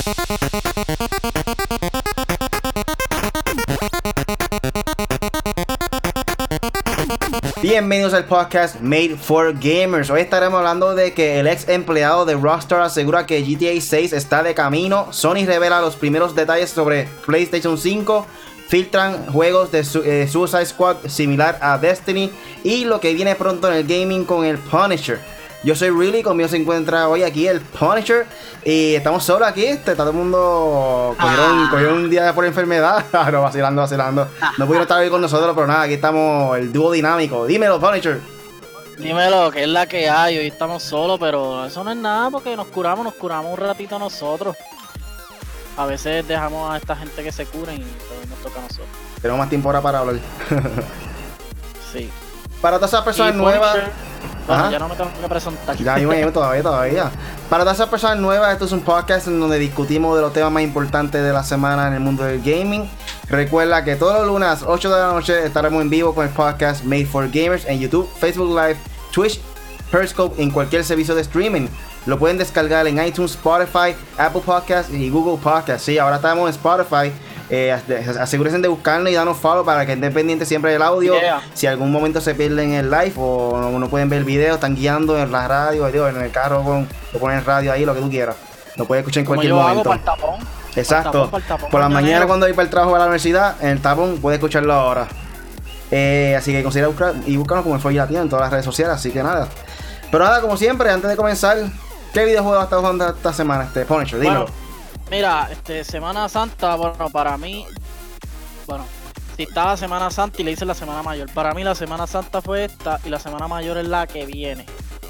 Bienvenidos al podcast Made for Gamers. Hoy estaremos hablando de que el ex empleado de Rockstar asegura que GTA 6 está de camino. Sony revela los primeros detalles sobre PlayStation 5. Filtran juegos de Suicide Squad similar a Destiny. Y lo que viene pronto en el gaming con el Punisher. Yo soy Really, conmigo se encuentra hoy aquí el Punisher. Y estamos solos aquí, está todo el mundo cogieron un día por enfermedad. Pero vacilando. No pudieron estar hoy con nosotros, pero nada, aquí estamos el dúo dinámico. Dímelo, Punisher. Dímelo, que es la que hay. Hoy estamos solos, pero eso no es nada porque nos curamos un ratito nosotros. A veces dejamos a esta gente que se curen y pues nos toca a nosotros. Tenemos más tiempo ahora para hablar. Sí. Para todas esas personas nuevas. Bueno, ya no me tengo que presentar. Ya, todavía. Para todas esas personas nuevas, esto es un podcast en donde discutimos de los temas más importantes de la semana en el mundo del gaming. Recuerda que todos los lunes a las 8 de la noche estaremos en vivo con el podcast Made for Gamers en YouTube, Facebook Live, Twitch, Periscope, en cualquier servicio de streaming. Lo pueden descargar en iTunes, Spotify, Apple Podcasts y Google Podcasts. Sí, ahora estamos en Spotify. Asegúrense de buscarnos y darnos follow para que estén pendientes siempre del audio. Si algún momento se pierden el live o no pueden ver el video, están guiando en la radio, en el carro, lo ponen en radio ahí, lo que tú quieras. Lo puedes escuchar en cualquier momento. Para el tapón. Exacto. Por la mañana cuando voy para el trabajo a la universidad, en el tapón, puedes escucharlo ahora. Así que considera buscar y búscanos como el Floyd Latino en todas las redes sociales, así que nada. Pero nada, como siempre, antes de comenzar, ¿qué videojuego has estado jugando esta semana, Punisher? Dímelo. Bueno, mira, Semana Santa, bueno, para mí, si está la Semana Santa y le dicen la Semana Mayor, para mí la Semana Santa fue esta y la Semana Mayor es la que viene.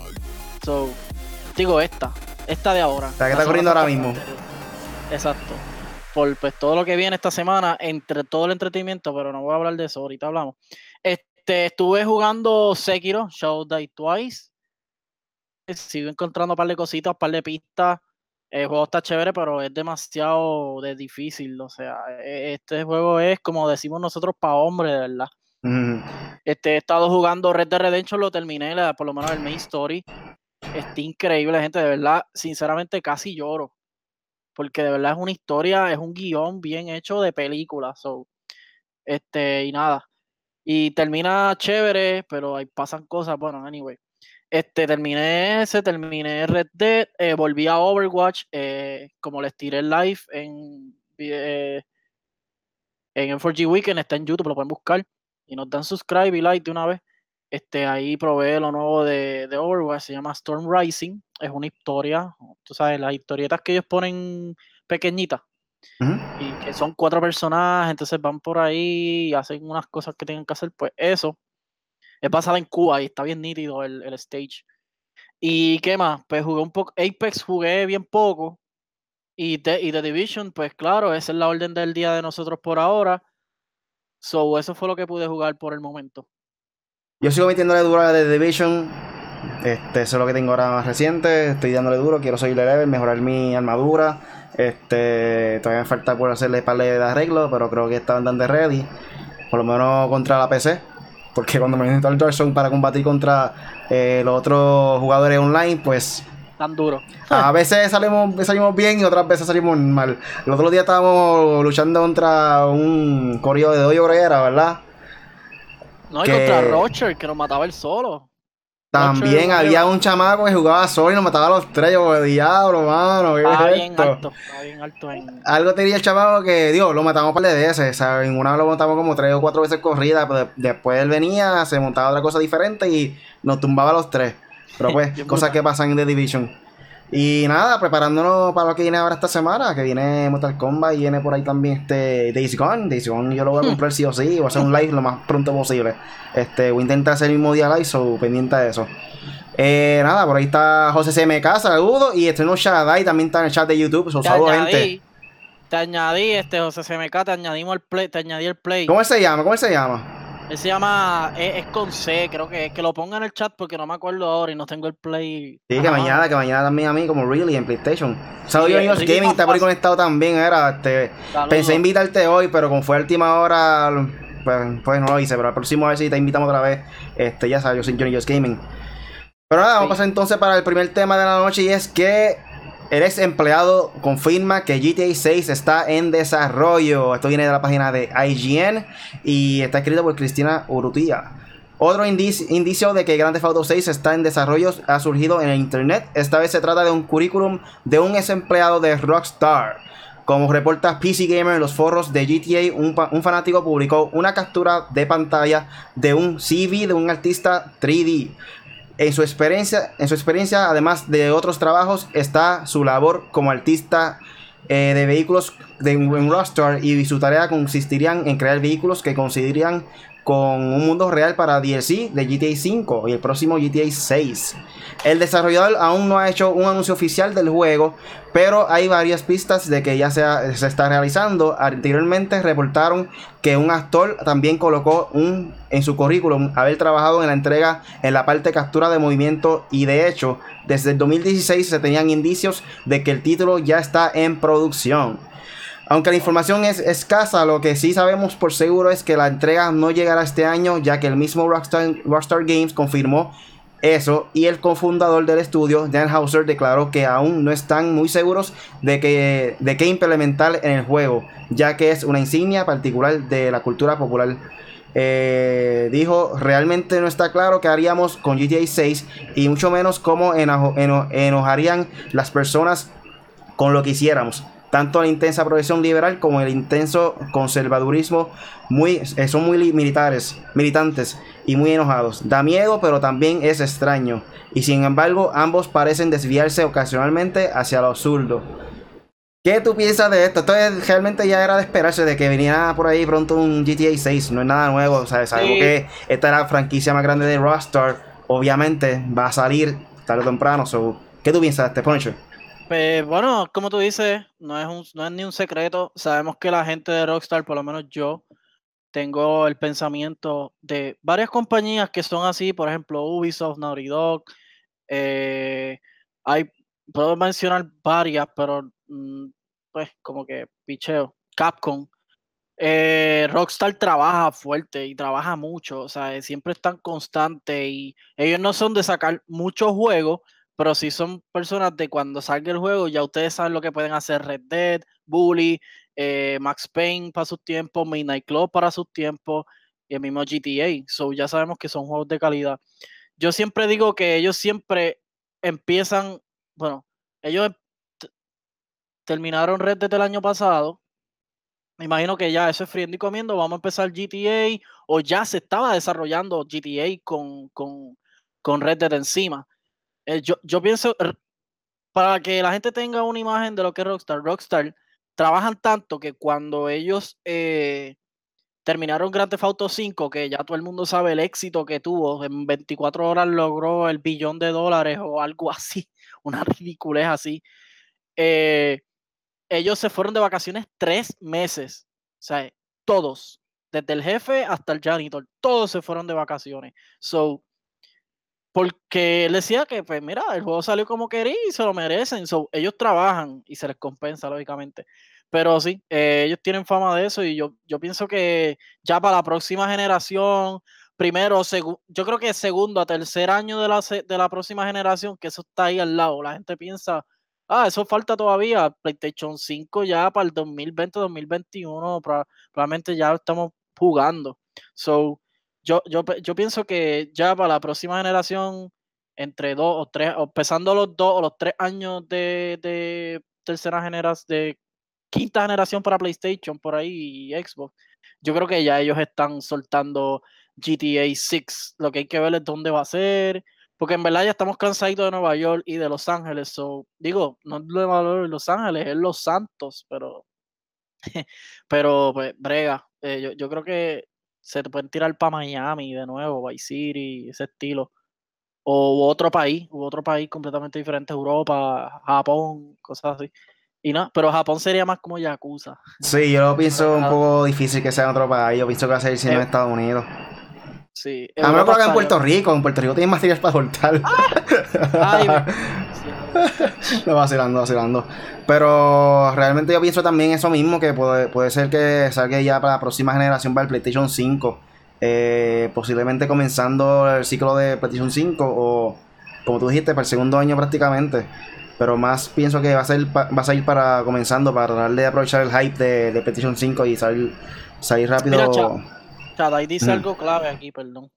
Digo esta de ahora. La que está corriendo ahora mismo. Exacto. Por pues todo lo que viene esta semana, entre todo el entretenimiento, pero no voy a hablar de eso, ahorita hablamos. Estuve jugando Sekiro, Shadow Die Twice. Sigo encontrando un par de cositas, un par de pistas. El juego está chévere, pero es demasiado difícil. O sea, este juego es, como decimos nosotros, para hombres, de verdad. He estado jugando Red Dead Redemption, lo terminé, por lo menos el main story. Está increíble, gente, de verdad. Sinceramente, casi lloro. Porque de verdad es una historia, es un guión bien hecho de película. Y nada. Y termina chévere, pero ahí pasan cosas. Bueno, anyway. Terminé Red Dead, volví a Overwatch, como les tiré el live en M4G Weekend, está en YouTube, lo pueden buscar y nos dan subscribe y like de una vez. Ahí probé lo nuevo de Overwatch, se llama Storm Rising, es una historia, tú sabes, las historietas que ellos ponen pequeñitas y que son 4 personajes, entonces van por ahí y hacen unas cosas que tienen que hacer, pues eso. Es basada en Cuba y está bien nítido el stage. ¿Y qué más? Pues jugué un poco. Apex jugué bien poco. Y The Division, pues claro, esa es la orden del día de nosotros por ahora. Eso fue lo que pude jugar por el momento. Yo sigo metiéndole duro a The Division. Eso es lo que tengo ahora más reciente. Estoy dándole duro, quiero subirle level, mejorar mi armadura. Todavía me falta por hacerle par de arreglos, pero creo que está bastante ready. Por lo menos contra la PC. Porque cuando me necesito el Dark Zone para combatir contra los otros jugadores online, pues tan duro. A veces salimos bien y otras veces salimos mal. El otro día estábamos luchando contra un coreo de dojo, creo que era, ¿verdad? No, y contra Rocher, que nos mataba él solo. También había un chamaco que jugaba solo y nos mataba a los 3. Yo, de diablo, mano. Estaba bien alto. Algo tenía el chamaco que, Dios, lo matamos un par de veces. ¿Sabes? En una lo matamos como 3 o 4 veces corrida. Pero después él venía, se montaba otra cosa diferente y nos tumbaba a los 3. Pero pues, cosas que pasan en The Division. Y nada, preparándonos para lo que viene ahora esta semana, que viene Mortal Kombat y viene por ahí también Days Gone. Days Gone yo lo voy a comprar sí o sí, voy a hacer un live lo más pronto posible. Voy a intentar hacer el mismo día live, pendiente de eso. Nada, por ahí está José CMK, saludos. Y no Shadai también está en el chat de YouTube, saludos gente. Te añadí, José CMK, te añadí el play. ¿Cómo él se llama? Él se llama, es con C, creo que lo ponga en el chat porque no me acuerdo ahora y no tengo el play. Sí, que mañana también a mí como Really en PlayStation. Saludos Unidos Gaming, está por ahí conectado también, pensé invitarte hoy, pero como fue a última hora, pues no lo hice, pero al próximo a ver si te invitamos otra vez. Ya sabes, yo soy Johnny Just Gaming. Pero nada, vamos a pasar entonces para el primer tema de la noche y es que El ex empleado confirma que GTA 6 está en desarrollo. Esto viene de la página de IGN y está escrito por Cristina Urrutia. Otro indicio de que Grand Theft Auto 6 está en desarrollo ha surgido en el internet. Esta vez se trata de un currículum de un ex empleado de Rockstar. Como reporta PC Gamer en los foros de GTA, un fanático publicó una captura de pantalla de un CV de un artista 3D. En su experiencia, además de otros trabajos, está su labor como artista de vehículos en Rockstar, y su tarea consistiría en crear vehículos que coincidirían con un mundo real para DLC de GTA V y el próximo GTA 6. El desarrollador aún no ha hecho un anuncio oficial del juego, pero hay varias pistas de que ya se está realizando. Anteriormente reportaron que un actor también colocó en su currículum haber trabajado en la entrega en la parte de captura de movimiento, y de hecho desde el 2016 se tenían indicios de que el título ya está en producción. Aunque la información es escasa, lo que sí sabemos por seguro es que la entrega no llegará este año, ya que el mismo Rockstar Games confirmó eso, y el cofundador del estudio, Dan Houser, declaró que aún no están muy seguros de qué implementar en el juego, ya que es una insignia particular de la cultura popular. Dijo: realmente no está claro qué haríamos con GTA 6 y mucho menos cómo enojarían las personas con lo que hiciéramos. Tanto la intensa progresión liberal como el intenso conservadurismo son muy militantes y muy enojados. Da miedo, pero también es extraño. Y sin embargo, ambos parecen desviarse ocasionalmente hacia lo absurdo. ¿Qué tú piensas de esto? Esto realmente ya era de esperarse de que viniera por ahí pronto un GTA 6. No es nada nuevo. O sea, sabemos que esta era la franquicia más grande de Rockstar. Obviamente va a salir tarde o temprano. ¿Qué tú piensas de este, Punisher? Pues bueno, como tú dices, no es ni un secreto. Sabemos que la gente de Rockstar, por lo menos yo, tengo el pensamiento de varias compañías que son así, por ejemplo, Ubisoft, Naughty Dog. Puedo mencionar varias, pero pues como que picheo. Capcom. Rockstar trabaja fuerte y trabaja mucho, o sea, siempre están constantes, y ellos no son de sacar muchos juegos, pero sí son personas de cuando salga el juego, ya ustedes saben lo que pueden hacer. Red Dead, Bully, Max Payne para sus tiempos, Midnight Club para sus tiempos, y el mismo GTA. So ya sabemos que son juegos de calidad. Yo siempre digo que ellos siempre empiezan, bueno, ellos terminaron Red Dead el año pasado. Me imagino que ya eso es friendo y comiendo. Vamos a empezar GTA, o ya se estaba desarrollando GTA con Red Dead encima. Yo pienso, para que la gente tenga una imagen de lo que es Rockstar trabajan tanto que cuando ellos terminaron Grand Theft Auto 5, que ya todo el mundo sabe el éxito que tuvo, en 24 horas logró el $1 billón o algo así, una ridiculez así. Ellos se fueron de vacaciones 3 meses. O sea, todos, desde el jefe hasta el janitor, todos se fueron de vacaciones. So, porque él decía que, pues mira, el juego salió como quería y se lo merecen. So, ellos trabajan y se les compensa, lógicamente. Pero sí, ellos tienen fama de eso, y yo pienso que ya para la próxima generación, yo creo que segundo a tercer año de la próxima generación, que eso está ahí al lado, la gente piensa: eso falta todavía. PlayStation 5 ya para el 2020, 2021, probablemente ya estamos jugando. So, yo pienso que ya para la próxima generación, entre 2 o 3, o empezando los 2 o los 3 años de tercera generación, de quinta generación para PlayStation, por ahí, y Xbox, yo creo que ya ellos están soltando GTA 6. Lo que hay que ver es dónde va a ser, porque en verdad ya estamos cansaditos de Nueva York y de Los Ángeles. Digo, no es Nueva York y Los Ángeles, es Los Santos, pero pues brega. Yo creo que se te pueden tirar para Miami de nuevo, Vice City, ese estilo. O otro país completamente diferente, Europa, Japón, cosas así. Y no, pero Japón sería más como Yakuza. Sí, yo lo pienso un poco difícil que sea en otro país. Yo pienso que va a ser siendo en Estados Unidos. Sí, a menos por acá en Puerto Rico. En Puerto Rico tienes material para soltar. No, vacilando. Pero realmente yo pienso también eso mismo, que puede ser que salga ya para la próxima generación, para el PlayStation 5. Posiblemente comenzando el ciclo de PlayStation 5, o como tú dijiste, para el segundo año prácticamente. pero más pienso que va a salir para comenzando, para tratar de aprovechar el hype de PlayStation 5 y salir rápido. Mira, Chadai dice algo clave aquí, perdón.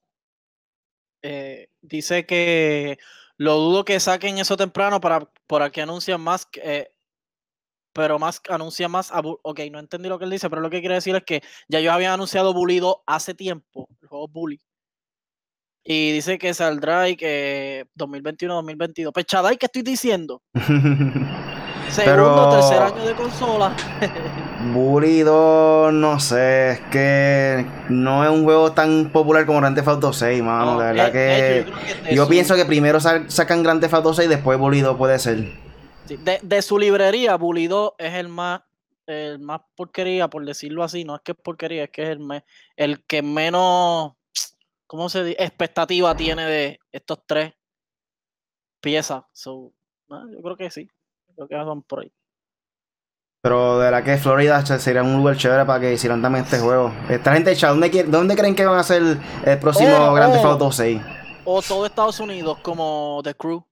Dice que lo dudo que saquen eso temprano para que anuncien más, pero más anuncian más. Ok, no entendí lo que él dice, pero lo que quiere decir es que ya ellos habían anunciado Bully 2 hace tiempo, el juego Bully. Y dice que saldrá y que 2021-2022. Pues Chadai, ¿qué estoy diciendo? Segundo o tercer año de consola. Bully 2, no sé, es que no es un juego tan popular como Grand Theft Auto 6, mano. De verdad que yo pienso que primero sacan Grand Theft Auto 6 y después Bully 2 puede ser. Sí, de su librería, Bully 2 es el más porquería, por decirlo así. No es que es porquería, es que es el que menos, ¿cómo se dice? Expectativa tiene de estos tres piezas. Yo creo que sí. Creo que van por ahí. Pero de verdad que Florida sería un lugar chévere para que hicieran también este juego. Esta gente, ¿dónde creen que van a hacer el próximo Grand Theft Auto 6? O todo Estados Unidos como The Crew.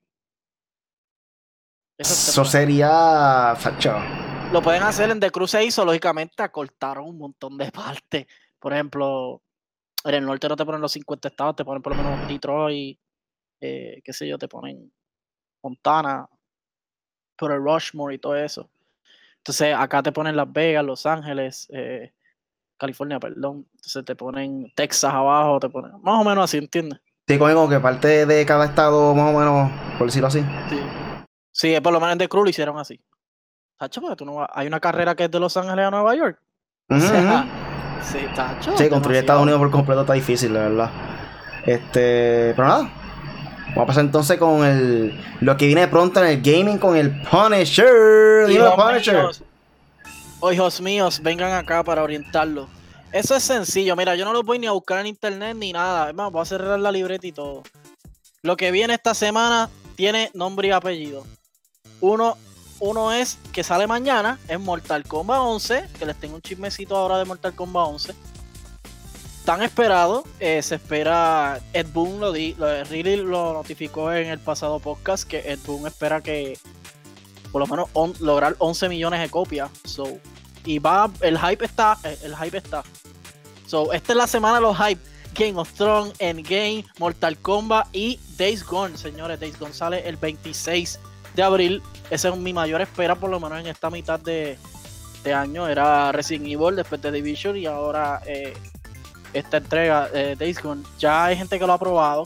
Eso sería facho. Lo pueden hacer en The Crew 6, lógicamente acortaron un montón de partes. Por ejemplo, en el norte no te ponen los 50 estados, te ponen por lo menos Detroit, qué sé yo, te ponen Montana, por el Rushmore y todo eso. Entonces acá te ponen Las Vegas, Los Ángeles, California, perdón. Entonces te ponen Texas abajo, te ponen más o menos así, ¿entiendes? Sí, como que parte de cada estado, más o menos, por decirlo así. Sí, por lo menos en The Crew lo hicieron así. Tacho, porque hay una carrera que es de Los Ángeles a Nueva York. O sea, sí, tacho. Sí, construir Estados Unidos por completo está difícil, la verdad. Pero nada. Vamos a pasar entonces con lo que viene pronto en el gaming con el Punisher. Dime, Punisher. Hijos míos, vengan acá para orientarlos. Eso es sencillo. Mira, yo no lo voy ni a buscar en internet ni nada. Es más, voy a cerrar la libreta y todo. Lo que viene esta semana tiene nombre y apellido. Uno es que sale mañana, es Mortal Kombat 11, que les tengo un chismecito ahora de Mortal Kombat 11. Tan esperado, se espera, Ed Boon lo notificó en el pasado podcast, que Ed Boon espera que por lo menos lograr 11 millones de copias. Y el hype está. Esta es la semana de los hype. Game of Thrones, Endgame, Mortal Kombat y Days Gone, señores. Days Gone sale el 26 de abril. Esa es mi mayor espera, por lo menos en esta mitad de año. Era Resident Evil, después de Division y ahora esta entrega, Days Gone. Ya hay gente que lo ha probado.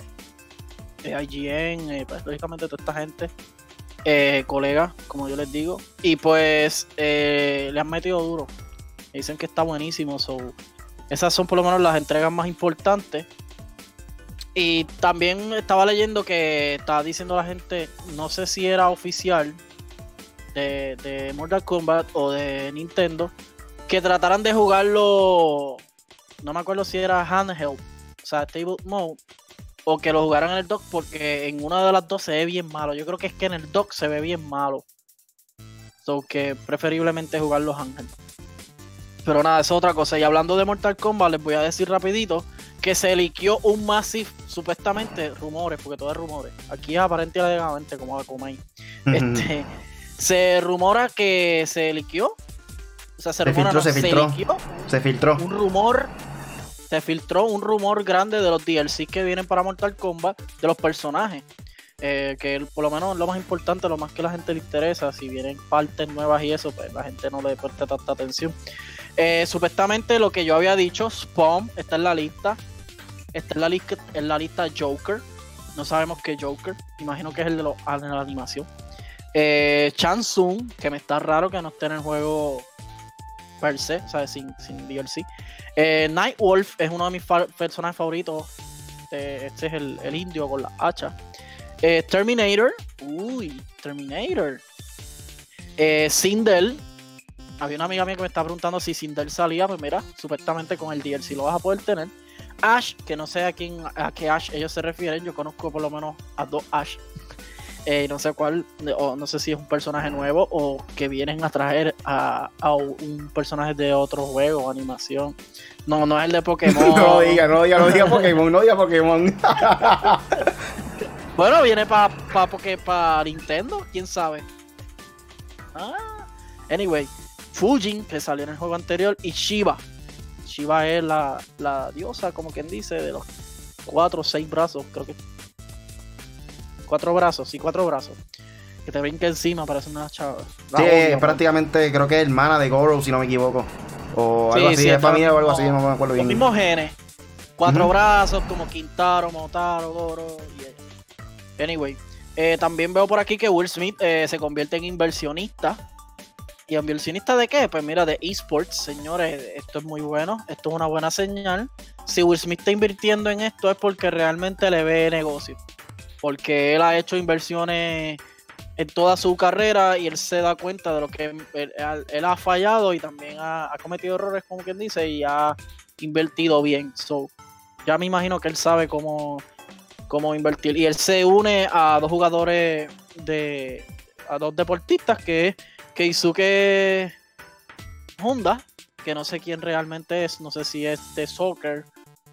IGN, pues, lógicamente toda esta gente, colegas, como yo les digo. Y pues le han metido duro. Dicen que está buenísimo. Esas son por lo menos las entregas más importantes. Y también estaba leyendo que estaba diciendo la gente, no sé si era oficial de Mortal Kombat o de Nintendo, que trataran de jugarlo, no me acuerdo si era handheld, o sea, table mode, o que lo jugaran en el dock, porque en una de las dos se ve bien malo. Yo creo que es que en el dock se ve bien malo. Que preferiblemente jugarlo handheld. Pero nada, eso es otra cosa. Y hablando de Mortal Kombat, les voy a decir rapidito que se liqueó un Massive, supuestamente, rumores, porque todo es rumores. Aquí es aparente y alegadamente, como Akumai. Se rumora que se liqueó. O sea, se filtró. Se filtró un rumor grande de los DLC que vienen para Mortal Kombat, de los personajes. Que por lo menos lo más importante, lo más que a la gente le interesa, si vienen partes nuevas y eso, pues la gente no le presta tanta atención. Supuestamente lo que yo había dicho, Spawn está en la lista. Está en la lista Joker. No sabemos qué Joker. Imagino que es el de la animación. Shang Tsung, que me está raro que no esté en el juego per se, o sea, sin DLC. Nightwolf es uno de mis personajes favoritos. Este es el indio con la hacha. Terminator. Terminator. Sindel. Había una amiga mía que me estaba preguntando si Sindel salía. Pues mira, supuestamente con el DLC lo vas a poder tener. Ash, que no sé a qué Ash ellos se refieren. Yo conozco por lo menos a dos Ash. No sé cuál, o no sé si es un personaje nuevo o que vienen a traer a un personaje de otro juego o animación. No es el de Pokémon. No diga Pokémon, no diga Pokémon. Bueno, viene para Nintendo, quién sabe. Anyway, Fujin, que salió en el juego anterior, y Shiva. Shiva es la diosa, como quien dice, de los 4 o 6 brazos, creo que. 4 brazos, sí, 4 brazos. Que te brinca encima, parece una chava. Sí, es prácticamente, creo que es hermana de Goro, si no me equivoco. O algo así, es familia o algo así, no me acuerdo bien. Los mismos genes. 4 brazos, como Quintaro, Motaro, Goro y ella. Anyway, también veo por aquí que Will Smith se convierte en inversionista. ¿Y inversionista de qué? Pues mira, de esports, señores, esto es muy bueno, esto es una buena señal. Si Will Smith está invirtiendo en esto es porque realmente le ve negocio. Porque él ha hecho inversiones en toda su carrera y él se da cuenta de lo que él ha fallado y también ha cometido errores, como quien dice, y ha invertido bien. So, ya me imagino que él sabe cómo invertir. Y él se une a 2 jugadores a 2 deportistas, que es Keisuke Honda, que no sé quién realmente es, no sé si es de soccer,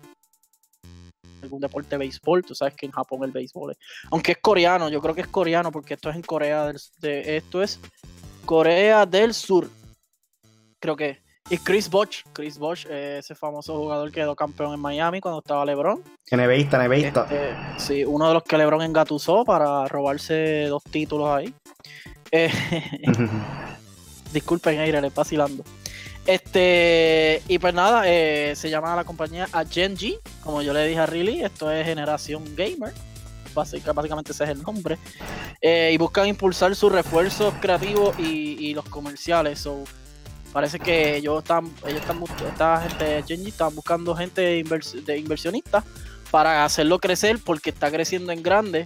algún deporte de béisbol, tú sabes que en Japón el béisbol es, aunque es coreano, yo creo que es coreano porque esto es en Corea esto es Corea del Sur, creo que. Y Chris Bosh, ese famoso jugador que quedó campeón en Miami cuando estaba LeBron. Neveísta. Sí, uno de los que LeBron engatusó para robarse 2 títulos ahí. Disculpen, Aire, le vacilando. Y pues nada, se llama la compañía Genji, como yo le dije a Riley, esto es Generación Gamer, básicamente ese es el nombre, y buscan impulsar sus refuerzos creativos y los comerciales. So, parece que esta gente Genji están buscando gente de inversionistas para hacerlo crecer, porque está creciendo en grande.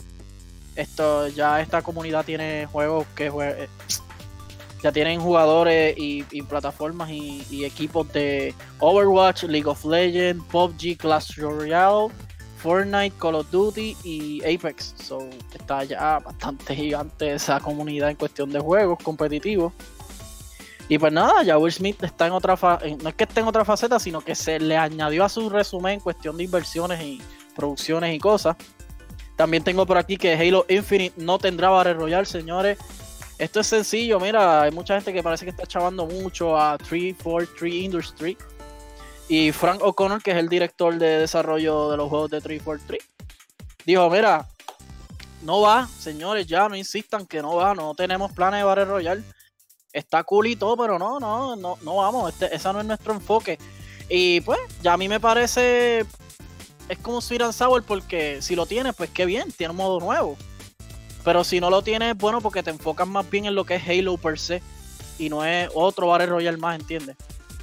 Esta comunidad tiene juegos que ya tienen jugadores y plataformas y equipos de Overwatch, League of Legends, PUBG, Clash Royale, Fortnite, Call of Duty y Apex. So, está ya bastante gigante esa comunidad en cuestión de juegos competitivos. Y pues nada, ya Will Smith está en otra no es que esté en otra faceta, sino que se le añadió a su resumen en cuestión de inversiones y producciones y cosas. También tengo por aquí que Halo Infinite no tendrá Battle Royale, señores. Esto es sencillo, mira, hay mucha gente que parece que está chavando mucho a 343 Industries. Y Frank O'Connor, que es el director de desarrollo de los juegos de 343, dijo, mira, no va, señores, ya no insistan que no va, no tenemos planes de Battle Royale. Está cool y todo, pero no vamos, ese no es nuestro enfoque. Y pues, ya a mí me parece, es como Sweet and Sour, porque si lo tienes, pues qué bien, tiene un modo nuevo. Pero si no lo tienes, bueno, porque te enfocas más bien en lo que es Halo per se y no es otro Battle Royale más, ¿entiendes?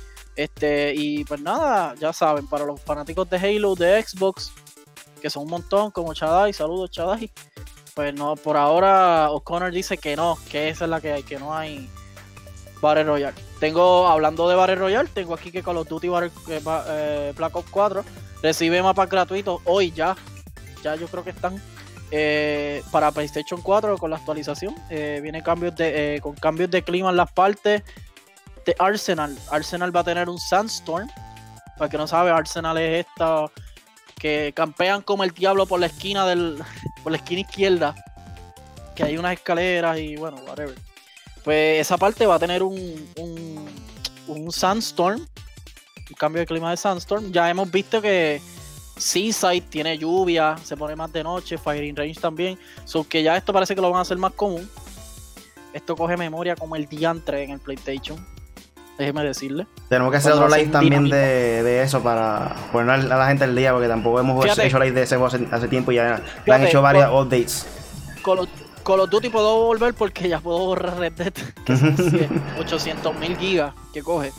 Y pues nada, ya saben, para los fanáticos de Halo de Xbox, que son un montón, como Chadai, saludos Chadai, pues no, por ahora O'Connor dice que no, que esa es la que hay, que no hay Battle Royale. Hablando de Battle Royale, tengo aquí que Call of Duty Black Ops 4 recibe mapas gratuitos hoy ya yo creo que están para PlayStation 4 con la actualización. Viene con cambios de clima en las partes de Arsenal. Arsenal va a tener un Sandstorm. Para el que no sabe, Arsenal es esta que campean como el diablo por la esquina por la esquina izquierda, que hay unas escaleras y bueno, whatever. Pues esa parte va a tener un Sandstorm, un cambio de clima de Sandstorm. Ya hemos visto que Seaside tiene lluvia, se pone más de noche, Firing Range también. So que ya esto parece que lo van a hacer más común. Esto coge memoria como el diantre en el PlayStation. Déjeme decirle. Tenemos que hacer otro live también de eso para poner a la gente al día, porque tampoco hemos hecho live de ese juego hace tiempo y ya le han hecho varias updates. Call of Duty puedo volver porque ya puedo borrar Red Dead, que son 800.000 gigas que coge.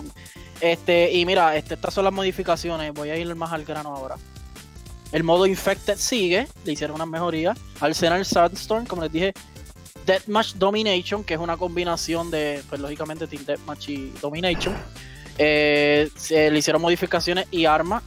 Y mira, estas son las modificaciones. Voy a ir más al grano ahora. El modo Infected sigue, le hicieron unas mejorías. Arsenal Sandstorm, como les dije, Deathmatch Domination, que es una combinación de, pues lógicamente, Team Deathmatch y Domination. Le hicieron modificaciones y arma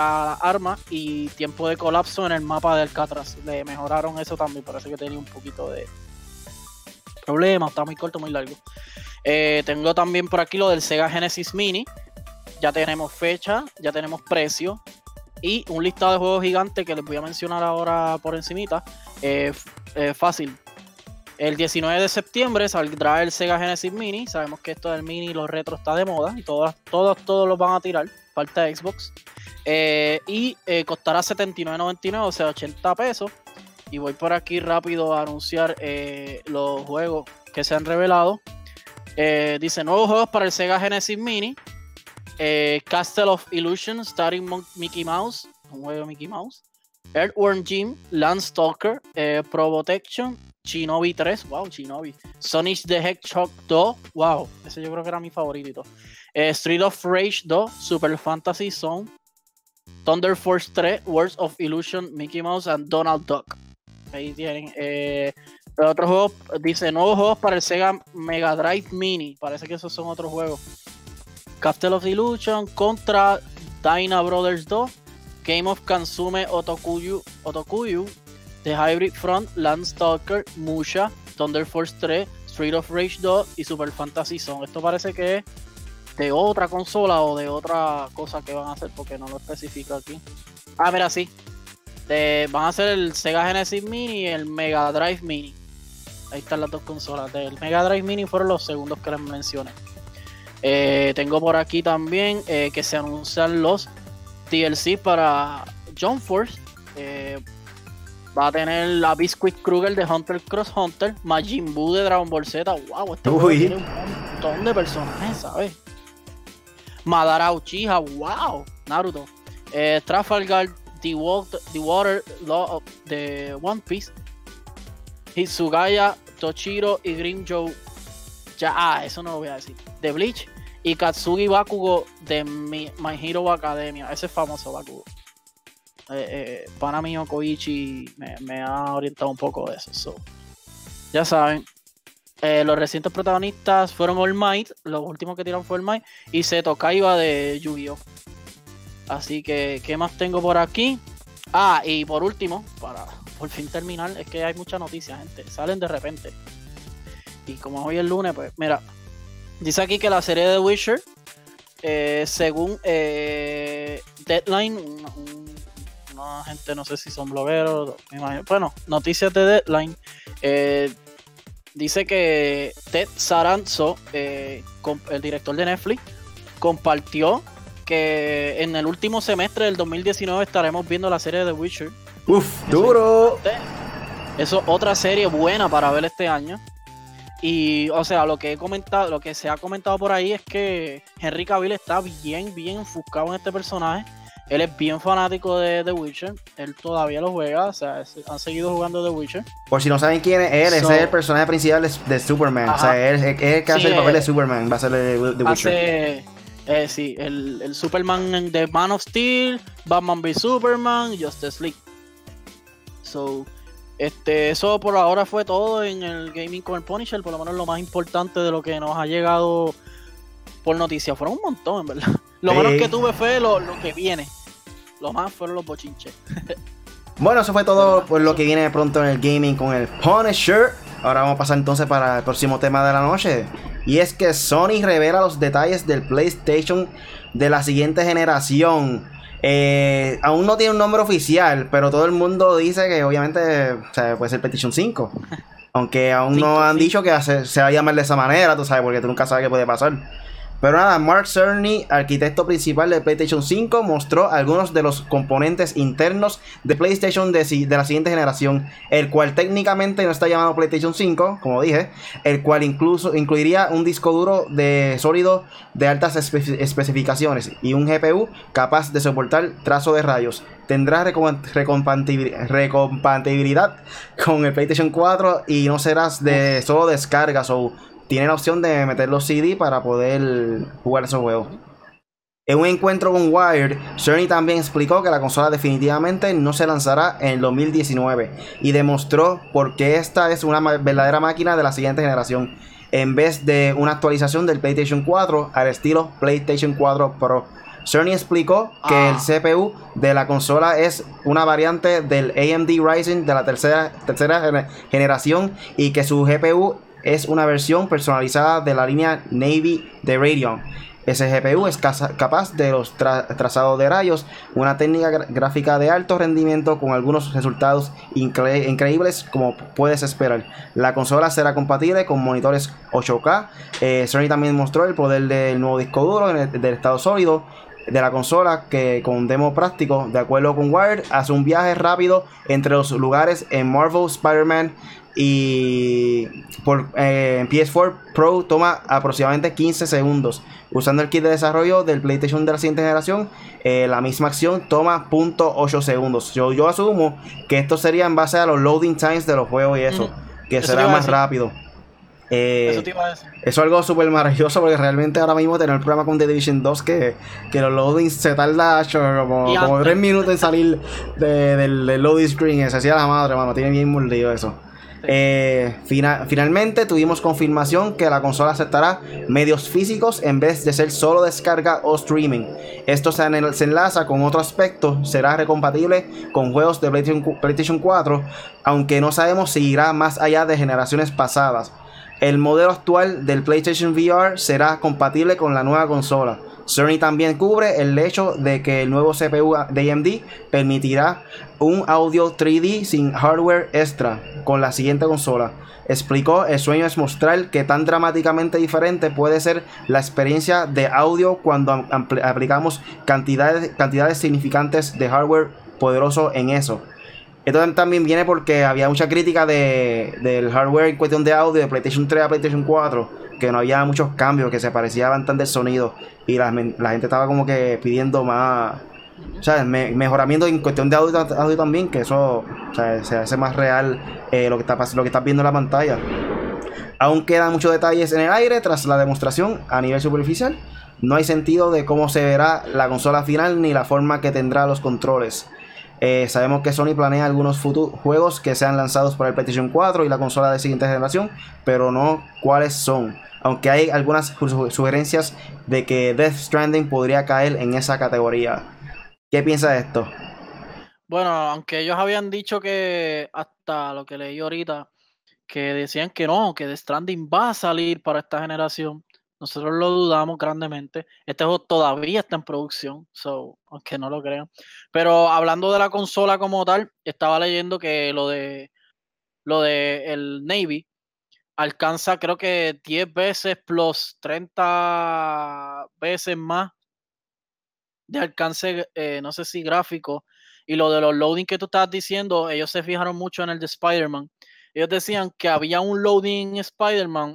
y tiempo de colapso en el mapa de Alcatraz. Le mejoraron eso también, parece que tenía un poquito de problema, está muy corto, muy largo. Tengo también por aquí lo del Sega Genesis Mini. Ya tenemos fecha, ya tenemos precio y un listado de juegos gigante que les voy a mencionar ahora por encimita. Fácil. El 19 de septiembre saldrá el Sega Genesis Mini. Sabemos que esto del Mini y los retro está de moda y todos los van a tirar. Falta Xbox. Y costará $79.99, o sea, 80 pesos. Y voy por aquí rápido a anunciar los juegos que se han revelado. Dice nuevos juegos para el Sega Genesis Mini. Castle of Illusion Starring Mickey Mouse, un juego de Mickey Mouse. Earthworm Jim, Landstalker, Protection, Shinobi 3, wow, Shinobi. Sonic the Hedgehog 2, wow, ese yo creo que era mi favorito. Street of Rage 2, Super Fantasy Zone, Thunder Force 3, Words of Illusion, Mickey Mouse and Donald Duck. Ahí tienen. Otros juegos, dice nuevos juegos para el Sega Mega Drive Mini. Parece que esos son otros juegos. Castle of Illusion, Contra, Dyna Brothers 2, Game of Kansume Otokuyu, The Hybrid Front, Landstalker, Musha, Thunder Force 3, Street of Rage 2 y Super Fantasy Zone. Esto parece que es de otra consola o de otra cosa que van a hacer porque no lo especifica aquí. Ah, mira, sí. Van a hacer el Sega Genesis Mini y el Mega Drive Mini. Ahí están las dos consolas. Del Mega Drive Mini fueron los segundos que les mencioné. Tengo por aquí también que se anuncian los DLC para Jump Force. Va a tener la Biscuit Kruger de Hunter x Hunter, Majin Buu de Dragon Ball Z. Wow, este juego tiene un montón de personajes, ¿sabes? Madara Uchiha, wow, Naruto. Trafalgar, The Water Law de One Piece, Hitsugaya, Toshiro y Grimmjow. Eso no lo voy a decir. De Bleach y Katsugi Bakugo de My Hero Academia. Ese es famoso Bakugo. Pana mío Koichi me ha orientado un poco de eso. So, ya saben. Los recientes protagonistas fueron All Might. Los últimos que tiraron fue All Might y Seto Kaiba de Yu-Gi-Oh! Así que, ¿qué más tengo por aquí? Y por último, para por fin terminar, es que hay muchas noticias, gente. Salen de repente. Y como hoy es lunes, pues, mira. Dice aquí que la serie de The Witcher, según Deadline, una gente, no sé si son blogueros, me imagino. Bueno, noticias de Deadline. Dice que Ted Saranzo, el director de Netflix, compartió que en el último semestre del 2019 estaremos viendo la serie de The Witcher. ¡Uf! ¡Duro! Eso es otra serie buena para ver este año. Y, o sea, lo que se ha comentado por ahí es que Henry Cavill está bien enfocado en este personaje. Él es bien fanático de The Witcher. Él todavía lo juega, o sea, han seguido jugando The Witcher. Por si no saben quién es él, ese es el personaje principal de Superman. Ajá. O sea, él es el que hace el papel de Superman, va a ser el The Witcher. Sí, el Superman de Man of Steel, Batman v Superman, Justice League. So, eso por ahora fue todo en el Gaming con el Punisher, por lo menos lo más importante de lo que nos ha llegado por noticias. Fueron un montón, en verdad. Lo menos que tuve fue lo que viene. Lo más fueron los bochinches. Bueno, eso fue todo por lo que viene pronto en el Gaming con el Punisher. Ahora vamos a pasar entonces para el próximo tema de la noche. Y es que Sony revela los detalles del PlayStation de la siguiente generación. Aún no tiene un nombre oficial, pero todo el mundo dice que obviamente, o sea, puede ser PlayStation 5. Aunque aún no han dicho que se va a llamar de esa manera, tú sabes, porque tú nunca sabes qué puede pasar. Pero nada, Mark Cerny, arquitecto principal de PlayStation 5, mostró algunos de los componentes internos de PlayStation de la siguiente generación, el cual técnicamente no está llamado PlayStation 5, como dije, el cual incluso incluiría un disco duro de sólido de altas especificaciones y un GPU capaz de soportar trazo de rayos. Tendrá recompatibilidad con el PlayStation 4 y no será de solo descargas o tiene la opción de meter los CD para poder jugar esos juegos. En un encuentro con Wired, Cerny también explicó que la consola definitivamente no se lanzará en el 2019 y demostró por qué esta es una verdadera máquina de la siguiente generación, en vez de una actualización del PlayStation 4 al estilo PlayStation 4 Pro. Cerny explicó que el CPU de la consola es una variante del AMD Ryzen de la tercera generación y que su GPU es una versión personalizada de la línea Navy de Radeon. Ese GPU es capaz de los trazados de rayos, una técnica gráfica de alto rendimiento con algunos resultados increíbles como puedes esperar. La consola será compatible con monitores 8K. Sony también mostró el poder del nuevo disco duro del estado sólido de la consola, que con demo práctico, de acuerdo con Wired, hace un viaje rápido entre los lugares en Marvel, Spider-Man y en PS4 Pro toma aproximadamente 15 segundos. Usando el kit de desarrollo del PlayStation de la siguiente generación, la misma acción toma 0.8 segundos. Yo asumo que esto sería en base a los loading times de los juegos y eso, que eso será más rápido. Eso te iba a decir. Eso es algo súper maravilloso, porque realmente ahora mismo tener el programa con The Division 2 que los loadings se tarda como 3 minutos en salir del loading screen. Ese hacía la madre, mano. Tiene bien mordido eso. Finalmente tuvimos confirmación que la consola aceptará medios físicos en vez de ser solo descarga o streaming. Esto se enlaza con otro aspecto. Será recompatible con juegos de PlayStation 4, aunque no sabemos si irá más allá de generaciones pasadas. El modelo actual del PlayStation VR será compatible con la nueva consola. Sony también cubre el hecho de que el nuevo CPU de AMD permitirá un audio 3D sin hardware extra con la siguiente consola. Explicó: el sueño es mostrar qué tan dramáticamente diferente puede ser la experiencia de audio cuando aplicamos cantidades significantes de hardware poderoso en eso. Esto también viene porque había mucha crítica del hardware en cuestión de audio de PlayStation 3 a PlayStation 4, que no había muchos cambios, que se parecía bastante el sonido, y la gente estaba como que pidiendo más, o sea, mejoramiento en cuestión de audio también, que eso, o sea, se hace más real lo que estás viendo en la pantalla. Aún quedan muchos detalles en el aire tras la demostración a nivel superficial. No hay sentido de cómo se verá la consola final ni la forma que tendrá los controles. Sabemos que Sony planea algunos juegos que sean lanzados para el PlayStation 4 y la consola de siguiente generación, pero no cuáles son. Aunque hay algunas sugerencias de que Death Stranding podría caer en esa categoría. ¿Qué piensa de esto? Bueno, aunque ellos habían dicho que, hasta lo que leí ahorita, que decían que no, que Death Stranding va a salir para esta generación. Nosotros lo dudamos grandemente. Este juego todavía está en producción, aunque no lo crean. Pero hablando de la consola como tal, estaba leyendo que lo de el Navy alcanza, creo que 10 veces plus 30 veces más de alcance, no sé si gráfico. Y lo de los loading que tú estabas diciendo, ellos se fijaron mucho en el de Spider-Man. Ellos decían que había un loading Spider-Man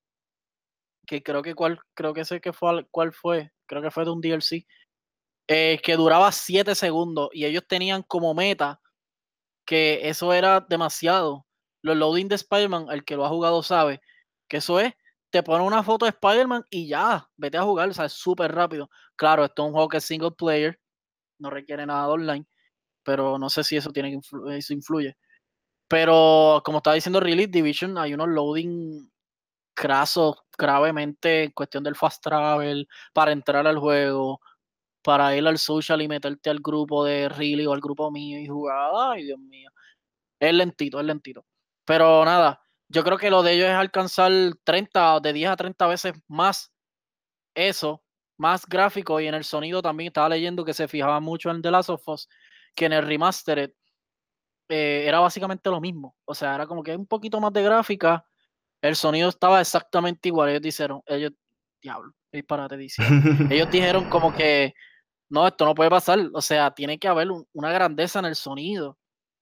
que creo que sé que fue cuál fue, creo que fue de un DLC, que duraba 7 segundos y ellos tenían como meta que eso era demasiado. Los loading de Spider-Man, el que lo ha jugado sabe que eso es, te ponen una foto de Spider-Man y ya, vete a jugar, o sea, es súper rápido. Claro, esto es un juego que es single player, no requiere nada de online, pero no sé si eso eso influye. Pero como estaba diciendo Release Division, hay unos loading crasos gravemente en cuestión del fast travel para entrar al juego, para ir al social y meterte al grupo de Riley o al grupo mío y jugar. Ay, Dios mío. Es lentito, es lentito. Pero nada, yo creo que lo de ellos es alcanzar 30, de 10 a 30 veces más eso, más gráfico, y en el sonido también estaba leyendo que se fijaba mucho en The Last of Us, que en el Remastered era básicamente lo mismo. O sea, era como que un poquito más de gráfica. El sonido estaba exactamente igual. Diablo, disparate dicieron. Ellos dijeron como que no, esto no puede pasar. O sea, tiene que haber una grandeza en el sonido.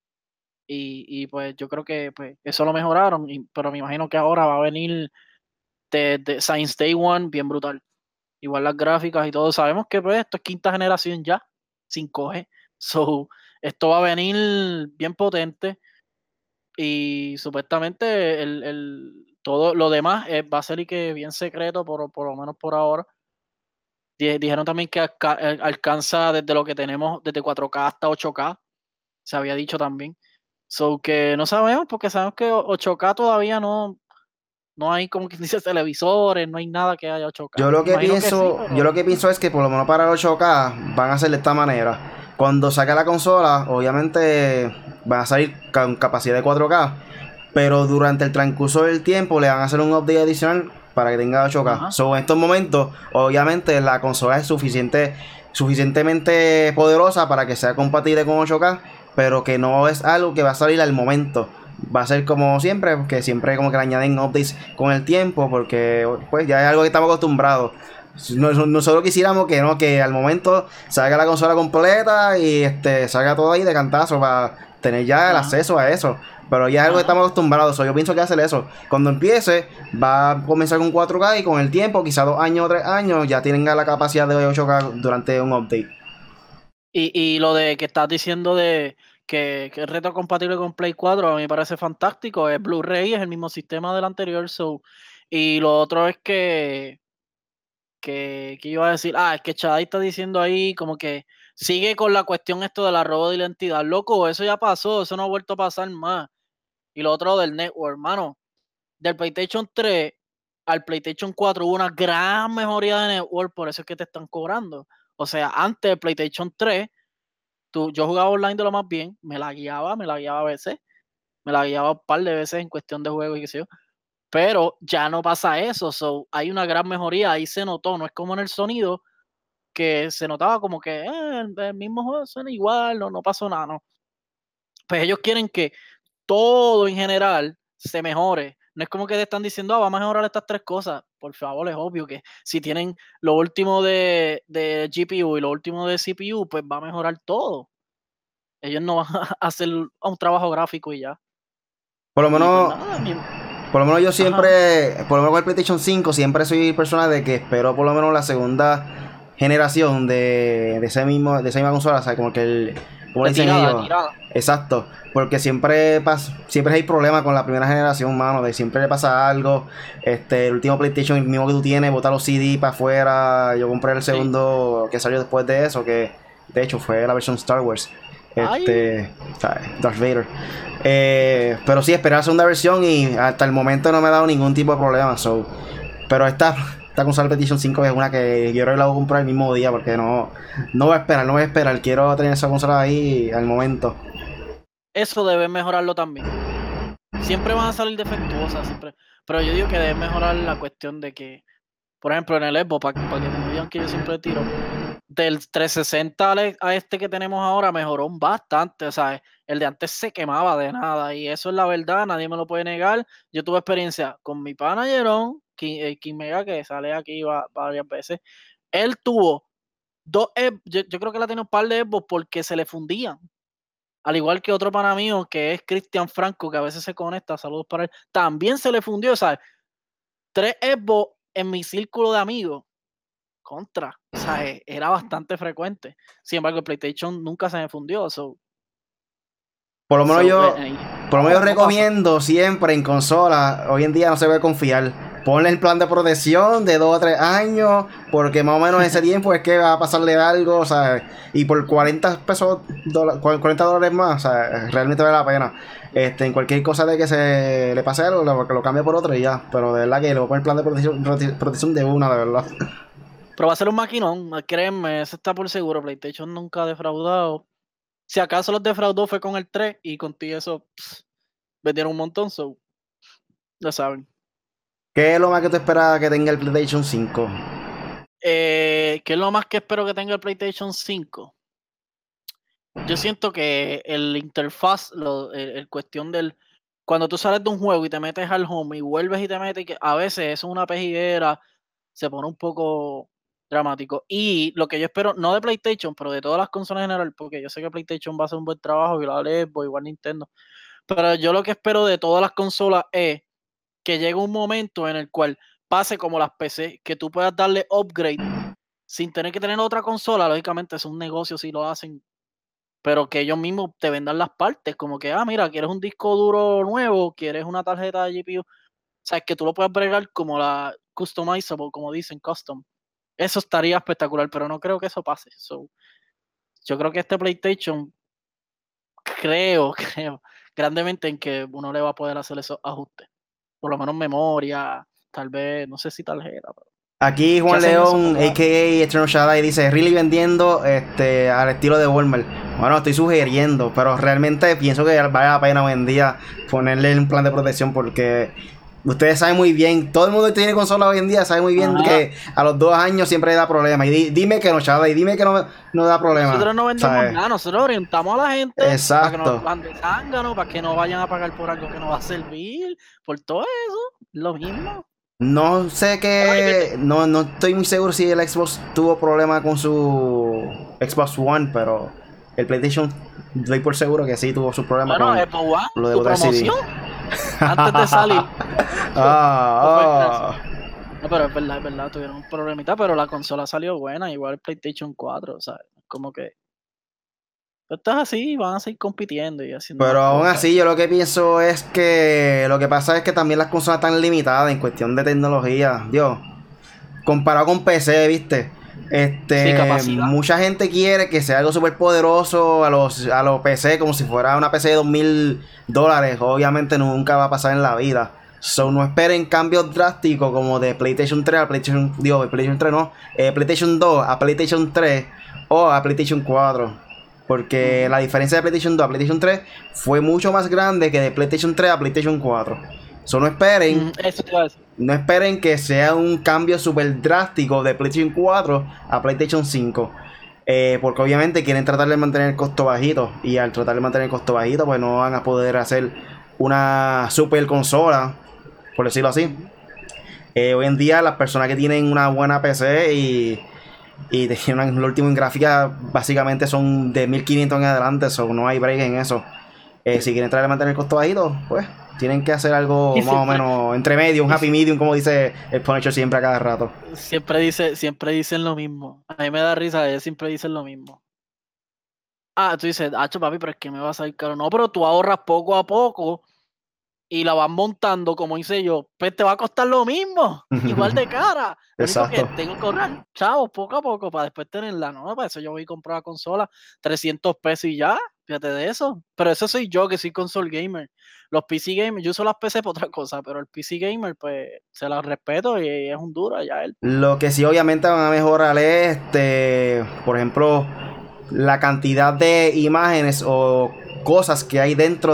Y pues yo creo que pues, eso lo mejoraron. Pero me imagino que ahora va a venir de Science Day One bien brutal. Igual las gráficas y todo. Sabemos que pues esto es quinta generación ya, 5G. So, esto va a venir bien potente. Y supuestamente todo lo demás va a ser y que bien secreto, por lo menos por ahora. Dijeron también que alcanza desde lo que tenemos, desde 4K hasta 8K. Se había dicho también. So que no sabemos, porque sabemos que 8K todavía no hay, como quien dice, televisores, no hay nada que haya 8K. Yo lo que pienso es que por lo menos para el 8K van a hacer de esta manera. Cuando saque la consola, obviamente van a salir con capacidad de 4K, pero durante el transcurso del tiempo le van a hacer un update adicional para que tenga 8K. Ajá. So, en estos momentos, obviamente, la consola es suficientemente poderosa para que sea compatible con 8K, pero que no es algo que va a salir al momento. Va a ser como siempre, que siempre como que le añaden updates con el tiempo, porque pues ya es algo que estamos acostumbrados. Nosotros quisiéramos que al momento salga la consola completa y salga todo ahí de cantazo para tener ya el acceso a eso. Pero ya es algo que estamos acostumbrados. Yo pienso que hacer eso. Cuando empiece, va a comenzar con 4K y con el tiempo, quizás 2 años o 3 años, ya tienen la capacidad de 8K durante un update. Y lo de que estás diciendo de que es reto compatible con Play 4, a mí me parece fantástico. Es Blu-ray, es el mismo sistema del anterior. Y lo otro es que iba a decir, es que Chadai está diciendo ahí como que sigue con la cuestión esto de la robo de identidad. Loco, eso ya pasó, eso no ha vuelto a pasar más. Y lo otro del network, mano. Del PlayStation 3 al PlayStation 4 hubo una gran mejoría de network, por eso es que te están cobrando. O sea, antes del PlayStation 3, yo jugaba online de lo más bien, me la guiaba a veces, me la guiaba un par de veces en cuestión de juego y qué sé yo. Pero ya no pasa eso, hay una gran mejoría, ahí se notó, no es como en el sonido, que se notaba como que el mismo juego suena igual, no pasó nada, no. Pues ellos quieren que todo en general se mejore. No es como que te están diciendo, vamos a mejorar estas 3 cosas. Por favor, es obvio que si tienen lo último de GPU y lo último de CPU, pues va a mejorar todo. Ellos no van a hacer un trabajo gráfico y ya. Por lo Y pues menos, nada, por lo menos yo siempre, por lo menos con el PlayStation 5, siempre soy persona de que espero por lo menos la segunda generación de esa misma consola, ¿sabes? Como que como le dicen ellos. Exacto, porque siempre hay problemas con la primera generación, mano, de siempre le pasa algo. El último PlayStation, el mismo que tú tienes, bota los CD para afuera. Yo compré el segundo que salió después de eso, que de hecho fue la versión Star Wars. Darth Vader. Pero sí, esperé la segunda versión y hasta el momento no me ha dado ningún tipo de problema. Pero esta consola PlayStation 5 es una que yo creo que la voy a comprar el mismo día, porque no voy a esperar. Quiero tener esa consola ahí al momento. Eso debe mejorarlo también. Siempre van a salir defectuosas, siempre. Pero yo digo que debe mejorar la cuestión de que, por ejemplo, en el Xbox, para que me digan que yo siempre tiro, del 360 a este que tenemos ahora mejoró bastante. O sea, el de antes se quemaba de nada y eso es la verdad, nadie me lo puede negar. Yo tuve experiencia con mi pana Jerón, King Mega, que sale aquí varias veces. Él tuvo yo creo que la tiene un par de Xbox porque se le fundían. Al igual que otro pana mío que es Cristian Franco, que a veces se conecta, saludos para él, también se le fundió, ¿sabes? 3 Xbox en mi círculo de amigos. Contra, o sea, era bastante frecuente. Sin embargo, el PlayStation nunca se me fundió. Por lo menos yo recomiendo siempre en consola, hoy en día no se puede confiar. Ponle el plan de protección de 2 o 3 años, porque más o menos ese tiempo es que va a pasarle algo, o sea, y por 40 pesos, $40 más, o sea, realmente vale la pena. En cualquier cosa de que se le pase algo, lo cambie por otro y ya. Pero de verdad que le voy a poner el plan de protección de una, de verdad. Pero va a ser un maquinón, créeme, eso está por seguro. PlayStation nunca ha defraudado. Si acaso los defraudó fue con el 3 y contigo eso vendieron un montón, ya saben. ¿Qué es lo más que tú esperas que tenga el PlayStation 5? ¿Qué es lo más que espero que tenga el PlayStation 5? Yo siento que el interfaz, el cuestión del... Cuando tú sales de un juego y te metes al home y vuelves y te metes, que a veces eso es una pejiguera, se pone un poco dramático. Y lo que yo espero, no de PlayStation, pero de todas las consolas en general, porque yo sé que PlayStation va a hacer un buen trabajo y la Xbox, igual Nintendo. Pero yo lo que espero de todas las consolas es que llegue un momento en el cual pase como las PC, que tú puedas darle upgrade sin tener que tener otra consola. Lógicamente es un negocio si lo hacen, pero que ellos mismos te vendan las partes, como que, mira, quieres un disco duro nuevo, quieres una tarjeta de GPU, o sea, que tú lo puedas bregar como la customizable, como dicen, custom. Eso estaría espectacular, pero no creo que eso pase. Yo creo que este PlayStation, creo grandemente en que uno le va a poder hacer esos ajustes. Por lo menos memoria, tal vez, no sé si tarjeta. Pero aquí Juan León, a.k.a. Eternal Shadow, dice, really vendiendo al estilo de Walmart. Bueno, estoy sugiriendo, pero realmente pienso que vale la pena hoy en día ponerle un plan de protección porque Ustedes saben muy bien, todo el mundo que tiene consola hoy en día sabe muy bien que a los 2 años siempre da problema. Y dime que no, chaval, y dime que no da problema. Nosotros no vendemos nada, nosotros orientamos a la gente para que no van de zángano, para que no vayan a pagar por algo que no va a servir, por todo eso, lo mismo. No sé qué, no estoy muy seguro si el Xbox tuvo problema con su Xbox One, pero el PlayStation doy por seguro que sí tuvo su problema con Xbox One, lo de su promoción antes de salir. No, pero es verdad, tuvieron un problemita, pero la consola salió buena, igual el PlayStation 4, o sea, como que esto es así, van a seguir compitiendo y haciendo. Pero aún así, yo lo que pienso es que lo que pasa es que también las consolas están limitadas en cuestión de tecnología. Dios, comparado con PC, ¿viste? Sí, mucha gente quiere que sea algo súper poderoso a los PC, como si fuera una PC de $2,000. Obviamente nunca va a pasar en la vida. So, no esperen cambios drásticos como de PlayStation 3 a PlayStation 2 a PlayStation 3 o a PlayStation 4. Porque la diferencia de PlayStation 2 a PlayStation 3 fue mucho más grande que de PlayStation 3 a PlayStation 4. So, no esperen que sea un cambio súper drástico de PlayStation 4 a PlayStation 5. Porque obviamente quieren tratar de mantener el costo bajito. Y al tratar de mantener el costo bajito, pues no van a poder hacer una super consola, por decirlo así. Hoy en día las personas que tienen una buena PC y tienen lo último en gráfica, básicamente son de 1500 en adelante, so no hay break en eso. Si quieren tratar de mantener el costo bajito, pues tienen que hacer algo más o menos entre medio, un happy medium, como dice el Punisher siempre a cada rato. Siempre dicen lo mismo. A mí me da risa, ellos siempre dicen lo mismo. Tú dices, papi, pero es que me va a salir caro. No, pero tú ahorras poco a poco y la vas montando, como hice yo, pues te va a costar lo mismo, igual de cara. Lo único que tengo que ahorrar, chavos, poco a poco, para después tenerla, ¿no? Para eso yo voy a comprar la consola, $300 y ya, fíjate de eso. Pero eso soy yo, que soy console gamer. Los PC gamer, yo uso las PC por otra cosa, pero el PC gamer, pues, se las respeto y es un duro ya él. Lo que sí obviamente van a mejorar es, por ejemplo, la cantidad de imágenes o cosas que hay dentro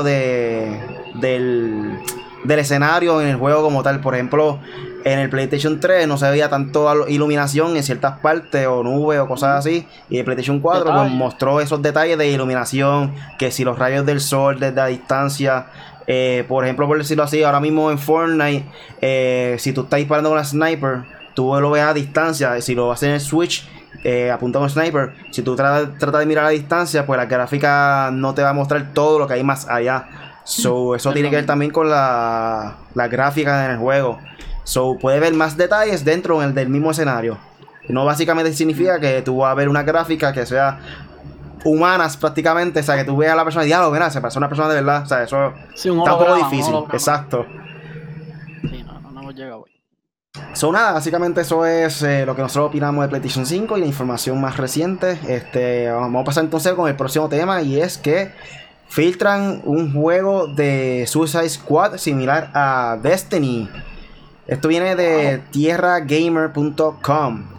del escenario en el juego como tal. Por ejemplo, en el PlayStation 3 no se veía tanto iluminación en ciertas partes o nubes o cosas así, y el PlayStation 4 pues, mostró esos detalles de iluminación, que si los rayos del sol desde la distancia. Por ejemplo, por decirlo así, ahora mismo en Fortnite, si tú estás disparando con una sniper, tú lo ves a distancia. Si lo haces en el Switch, apunta con sniper, si tú tratas de mirar a distancia, pues la gráfica no te va a mostrar todo lo que hay más allá. So, eso tiene que ver también con la gráfica en el juego. So, puedes ver más detalles dentro del mismo escenario. No básicamente significa que tú vas a ver una gráfica que sea humanas prácticamente, o sea, que tú veas a la persona y diálogo, mira, se parece a una persona de verdad. O sea, eso sí, está un poco difícil. Exacto. Sí, no hemos llegado hoy. So, nada, básicamente eso es lo que nosotros opinamos de PlayStation 5 y la información más reciente. Vamos a pasar entonces con el próximo tema, y es que filtran un juego de Suicide Squad similar a Destiny. Esto viene de tierragamer.com.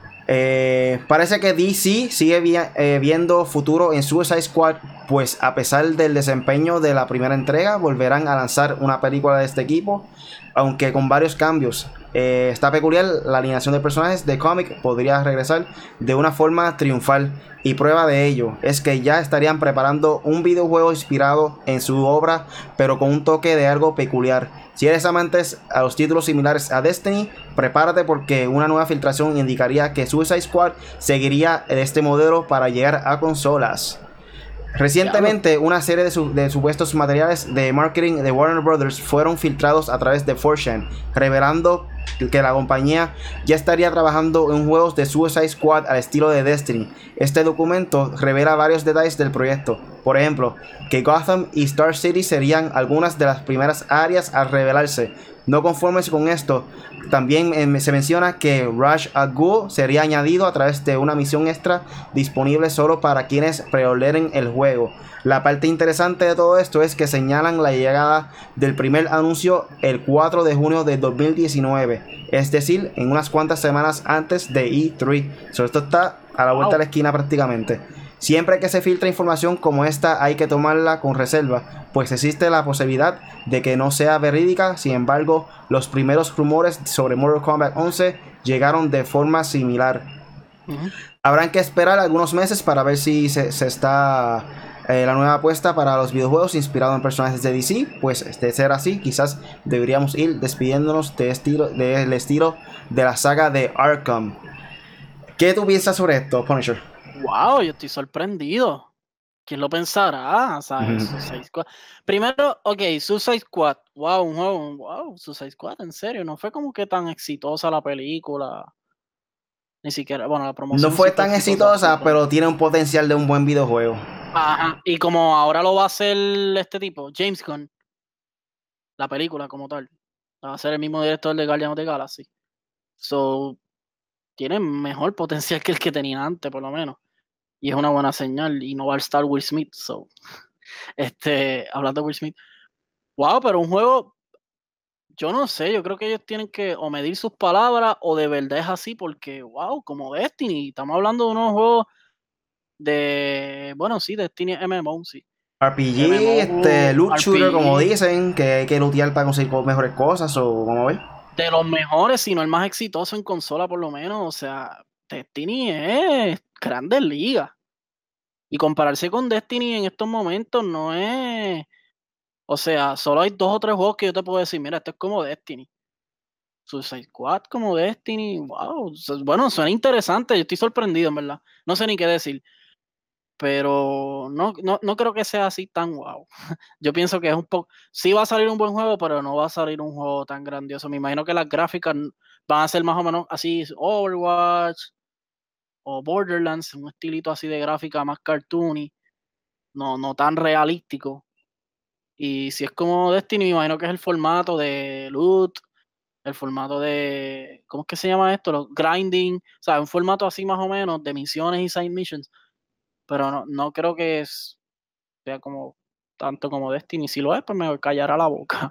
Parece que DC sigue viendo futuro en Suicide Squad, pues a pesar del desempeño de la primera entrega, volverán a lanzar una película de este equipo, aunque con varios cambios. Está peculiar, la alineación de personajes de cómic podría regresar de una forma triunfal, y prueba de ello es que ya estarían preparando un videojuego inspirado en su obra, pero con un toque de algo peculiar. Si eres amante a los títulos similares a Destiny, prepárate, porque una nueva filtración indicaría que Suicide Squad seguiría este modelo para llegar a consolas. Recientemente, una serie de supuestos materiales de marketing de Warner Brothers fueron filtrados a través de 4chan, revelando que la compañía ya estaría trabajando en juegos de Suicide Squad al estilo de Destiny. Este documento revela varios detalles del proyecto. Por ejemplo, que Gotham y Star City serían algunas de las primeras áreas a revelarse. No conformes con esto, también se menciona que Ra's al Ghul sería añadido a través de una misión extra disponible solo para quienes preorderen el juego. La parte interesante de todo esto es que señalan la llegada del primer anuncio el 4 de junio de 2019, es decir, en unas cuantas semanas antes de E3. So, esto está a la vuelta de la esquina prácticamente. Siempre que se filtra información como esta hay que tomarla con reserva, pues existe la posibilidad de que no sea verídica. Sin embargo, los primeros rumores sobre Mortal Kombat 11 llegaron de forma similar. Habrán que esperar algunos meses para ver si se está la nueva apuesta para los videojuegos inspirado en personajes de DC. Pues de ser así, quizás deberíamos ir despidiéndonos del estilo de la saga de Arkham. ¿Qué tú piensas sobre esto, Punisher? Wow, yo estoy sorprendido. ¿Quién lo pensará? ¿Sabes? Suicide Squad. Primero, Suicide Squad. Wow, un juego. Wow, Suicide Squad, en serio. No fue como que tan exitosa la película. Ni siquiera, bueno, la promoción. No fue sí fue tan exitosa, pero tiene un potencial de un buen videojuego. Ajá. Y como ahora lo va a hacer este tipo, James Gunn, la película como tal. Va a ser el mismo director de Guardians of the Galaxy. So, tiene mejor potencial que el que tenía antes, por lo menos. Y es una buena señal. Y no va a estar Will Smith. So, hablando de Will Smith. Wow, pero un juego, yo no sé, yo creo que ellos tienen que o medir sus palabras o de verdad es así, porque, wow, como Destiny, estamos hablando de unos juegos bueno, sí, Destiny MMO, sí. RPG, loot shooter, como RPG, dicen, que hay que lootear para conseguir mejores cosas, o vamos a ver. de los mejores, si no el más exitoso en consola, por lo menos. O sea, Destiny es Grandes Ligas. Y compararse con Destiny en estos momentos no es. O sea, solo hay 2 o 3 juegos que yo te puedo decir, mira, esto es como Destiny. Suicide Squad como Destiny, wow. Bueno, suena interesante, yo estoy sorprendido, en verdad. No sé ni qué decir. Pero no creo que sea así tan wow. Yo pienso que es un poco. Sí va a salir un buen juego, pero no va a salir un juego tan grandioso. Me imagino que las gráficas van a ser más o menos así, Overwatch o Borderlands, un estilito así de gráfica más cartoony, no tan realístico. Y si es como Destiny, me imagino que es el formato de loot, el formato de. ¿Cómo es que se llama esto? Los grinding. O sea, un formato así más o menos de misiones y side missions. Pero no creo que sea como tanto como Destiny. Si lo es, pues me callará la boca.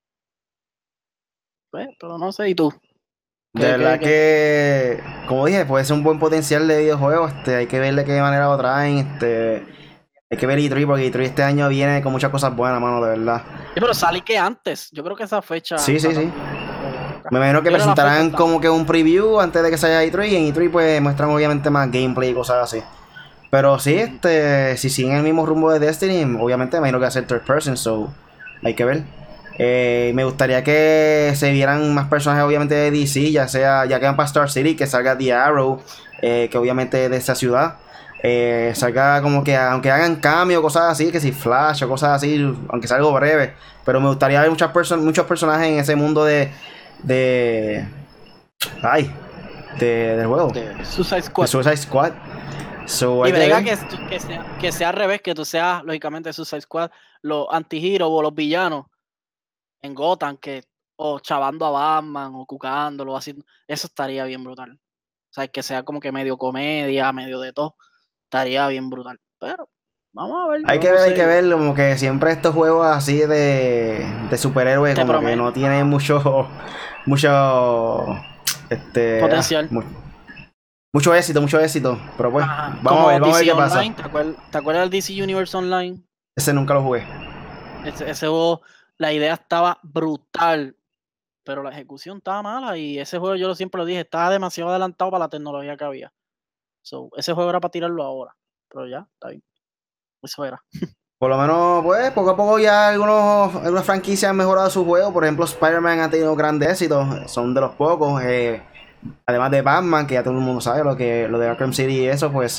Pues, pero no sé, ¿y tú? De verdad que, como dije, puede ser un buen potencial de videojuego. Hay que ver de qué manera lo traen. Hay que ver E3 porque E3 este año viene con muchas cosas buenas, mano, de verdad. Sí, pero salí que antes. Yo creo que esa fecha Sí, está sí, sí. también un poco loca. Me imagino que Mira, la fecha presentarán está. como que un preview antes de que salga E3. Y en E3 pues muestran obviamente más gameplay y cosas así. Pero sí, si siguen el mismo rumbo de Destiny, obviamente me imagino que va a ser third person, so hay que ver. Me gustaría que se vieran más personajes obviamente de DC, ya que van para Star City, que salga The Arrow, que obviamente de esa ciudad. Salga como que, aunque hagan cambio, cosas así, que si Flash o cosas así, aunque sea algo breve. Pero me gustaría ver muchos personajes en ese mundo de ay, del juego. De Suicide Squad. De Suicide Squad. Y brega que sea al revés, que tú seas, lógicamente, Suicide Squad, los anti-heroes o los villanos en Gotham, o chavando a Batman, o cucándolo, haciendo. Eso estaría bien brutal. O sea, que sea como que medio comedia, medio de todo. Estaría bien brutal. Pero, vamos a ver, Hay yo que no ver, hay sé. que ver, como que siempre estos juegos así de superhéroes Te como que prometo. no tienen mucho Potencial. mucho éxito, pero pues Ajá. vamos Como a ver DC qué Online, pasa. ¿te acuerdas del DC Universe Online? Ese nunca lo jugué. Ese juego, la idea estaba brutal, pero la ejecución estaba mala y ese juego yo siempre lo dije, estaba demasiado adelantado para la tecnología que había. So, ese juego era para tirarlo ahora, pero ya, está bien. Eso era. Por lo menos, pues, poco a poco ya algunas franquicias han mejorado su juego. Por ejemplo, Spider-Man ha tenido grandes éxitos. Son de los pocos. Además de Batman, que ya todo el mundo sabe lo de Arkham City y eso, pues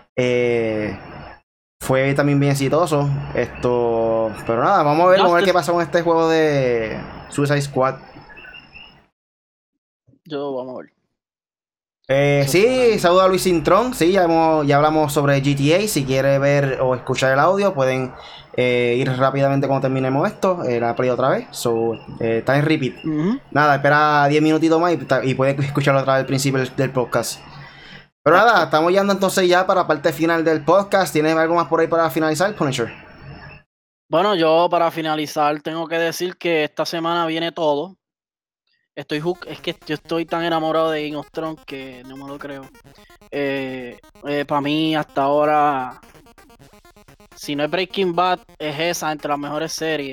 fue también bien exitoso. Pero nada, vamos a ver qué pasa con este juego de Suicide Squad. Vamos a ver. Sí, saludo a Luis Intron. Sí, ya hablamos sobre GTA. Si quiere ver o escuchar el audio, pueden ir rápidamente cuando terminemos esto. La play otra vez. Está en repeat. Nada, espera 10 minutitos más y puedes escucharlo otra vez al principio del podcast. Pero nada, estamos llegando entonces ya para la parte final del podcast. ¿Tienes algo más por ahí para finalizar, Punisher? Bueno, yo para finalizar tengo que decir que esta semana viene todo. Es que yo estoy tan enamorado de Game of Thrones que no me lo creo. Para mí, hasta ahora, si no es Breaking Bad, es esa entre las mejores series.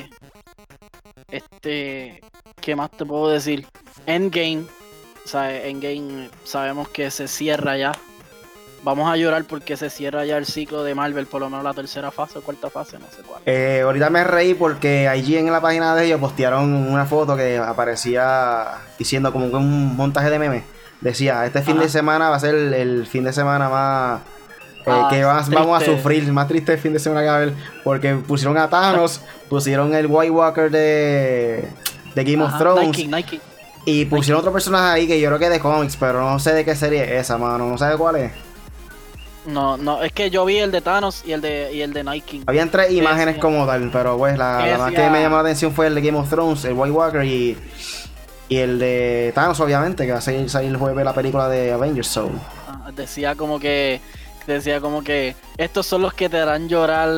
¿Qué más te puedo decir? Endgame. O sea, Endgame sabemos que se cierra ya. Vamos a llorar porque se cierra ya el ciclo de Marvel, por lo menos la tercera fase o cuarta fase, no sé cuál. Ahorita me reí porque allí en la página de ellos postearon una foto que aparecía diciendo como que un montaje de memes. Decía, este fin de semana va a ser el fin de semana más... que vamos a sufrir, más triste el fin de semana que va a haber, porque pusieron a Thanos, pusieron el White Walker de Game of Thrones. Nike. Y pusieron otro personaje ahí que yo creo que es de cómics, pero no sé de qué serie es esa, mano. No sé cuál es. No, es que yo vi el de Thanos y el de Nike. Habían 3 imágenes como tal, pero pues la más que me llamó la atención fue el de Game of Thrones, el White Walker y el de Thanos, obviamente, que va a salir el jueves la película de Avengers Soul. Decía como que estos son los que te harán llorar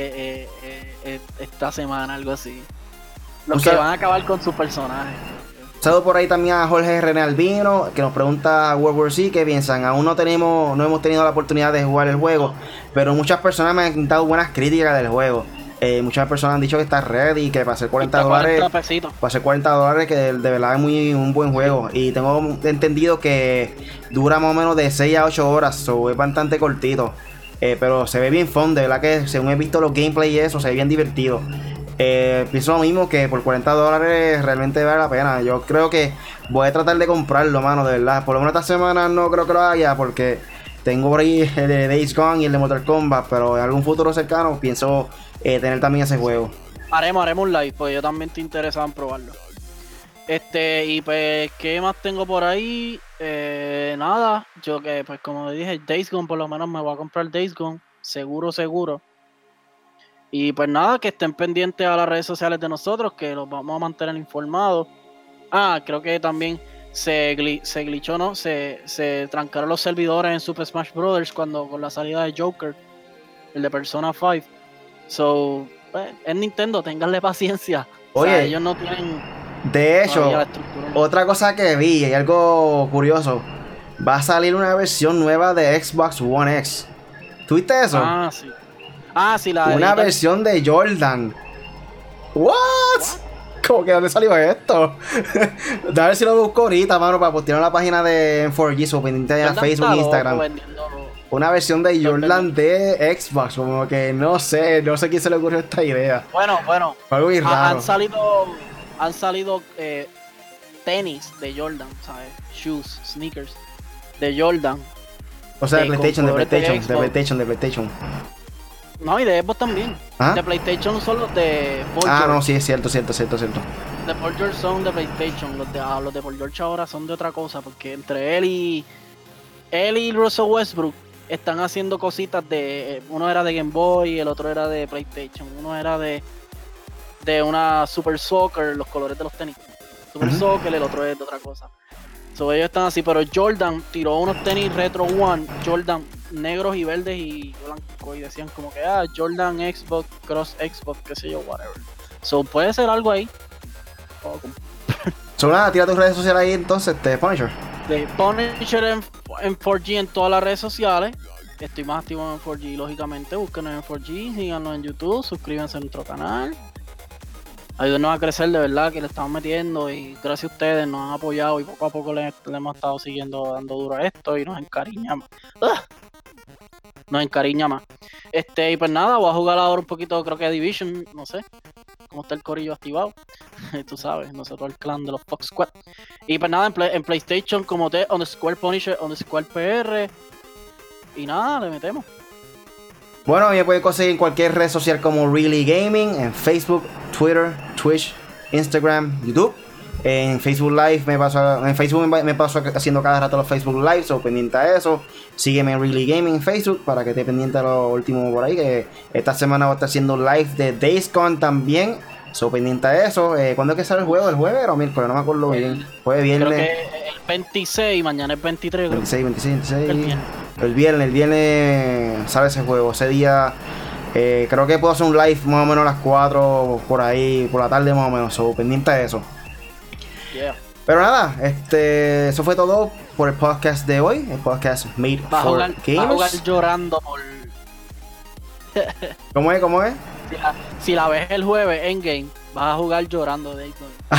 esta semana, algo así. Los que van a acabar con su personaje. Saludo por ahí también a Jorge René Albino, que nos pregunta World War Z, ¿qué piensan? Aún no hemos tenido la oportunidad de jugar el juego, pero muchas personas me han dado buenas críticas del juego. Muchas personas han dicho que está ready, que para hacer $40, para hacer $40, que de verdad es un buen juego. Y tengo entendido que dura más o menos de 6 a 8 horas, o es bastante cortito. Pero se ve bien fun, de verdad que según he visto los gameplay y eso, se ve bien divertido. Pienso lo mismo, que por $40 realmente vale la pena. Yo creo que voy a tratar de comprarlo, mano, de verdad. Por lo menos esta semana no creo que lo haga, porque tengo por ahí el de Days Gone y el de Mortal Kombat, pero en algún futuro cercano pienso tener también ese juego. Haremos un live, porque yo también estoy interesado en probarlo. Y pues, ¿qué más tengo por ahí? Nada, yo que, pues como dije, Days Gone, por lo menos me voy a comprar Days Gone, seguro. Y pues nada, que estén pendientes a las redes sociales de nosotros, que los vamos a mantener informados. Creo que también se glitchó, ¿no? Se trancaron los servidores en Super Smash Bros. Con la salida de Joker, el de Persona 5. So, es Nintendo, ténganle paciencia. Oye, o sea, ellos no tienen... De hecho, otra cosa que vi, y algo curioso, va a salir una versión nueva de Xbox One X. ¿Tuviste eso? Sí. Sí, una versión de Jordan. ¿What? ¿Cómo que dónde salió esto? A ver si lo busco ahorita, mano, para postear en la página de M4G, su pendiente de Facebook e Instagram. Una versión de Jordan de Xbox, como que no sé quién se le ocurrió esta idea. Bueno. Algo muy raro. Han salido tenis de Jordan, ¿sabes? Shoes, sneakers de Jordan. O sea, de PlayStation. No, y de Xbox también. De PlayStation son los de Paul George. No, sí, es cierto. De Paul George son de PlayStation. Los de Paul George ahora son de otra cosa, porque entre él y Russell Westbrook están haciendo cositas de... Uno era de Game Boy, el otro era de PlayStation. Uno era de una Super Soccer, los colores de los tenis. Super Soccer, el otro es de otra cosa. Ellos están así, pero Jordan tiró unos tenis Retro One, Jordan negros y verdes y blancos, y decían como que Jordan Xbox, Cross Xbox, qué sé yo, whatever. Puede ser algo ahí. Nada, tira tus redes sociales ahí entonces, Punisher. De Punisher en 4G en todas las redes sociales. Estoy más activo en 4G, lógicamente. Búsquenos en 4G, síganos en YouTube, suscríbanse a nuestro canal. Ayúdenos a crecer, de verdad, que le estamos metiendo, y gracias a ustedes nos han apoyado y poco a poco le hemos estado siguiendo dando duro a esto y nos encariña más. Y pues nada, voy a jugar ahora un poquito, creo que Division, no sé cómo está el corillo activado. Tú sabes, nosotros el clan de los Fox Squad. Y pues nada, en PlayStation como _Punisher _PR. Y nada, le metemos. Bueno, me pueden conseguir en cualquier red social como Really Gaming, en Facebook, Twitter, Twitch, Instagram, YouTube. En Facebook Live me paso haciendo cada rato los Facebook Live, pendiente a eso. Sígueme en Really Gaming en Facebook para que esté pendiente a lo último por ahí, que esta semana voy a estar haciendo live de Days Gone también. Pendiente a eso. ¿Cuándo es que sale el juego? ¿El jueves o miércoles? No me acuerdo bien. Jueves, viernes. Creo que el 26, mañana es 23. 26. El viernes sale ese juego. Ese día creo que puedo hacer un live más o menos a las 4 por ahí, por la tarde más o menos. Pendiente a eso. Yeah. Pero nada, eso fue todo por el podcast de hoy. El podcast Made for Gamers. Va a jugar llorando por... ¿Cómo es? Si la ves el jueves en game, vas a jugar llorando de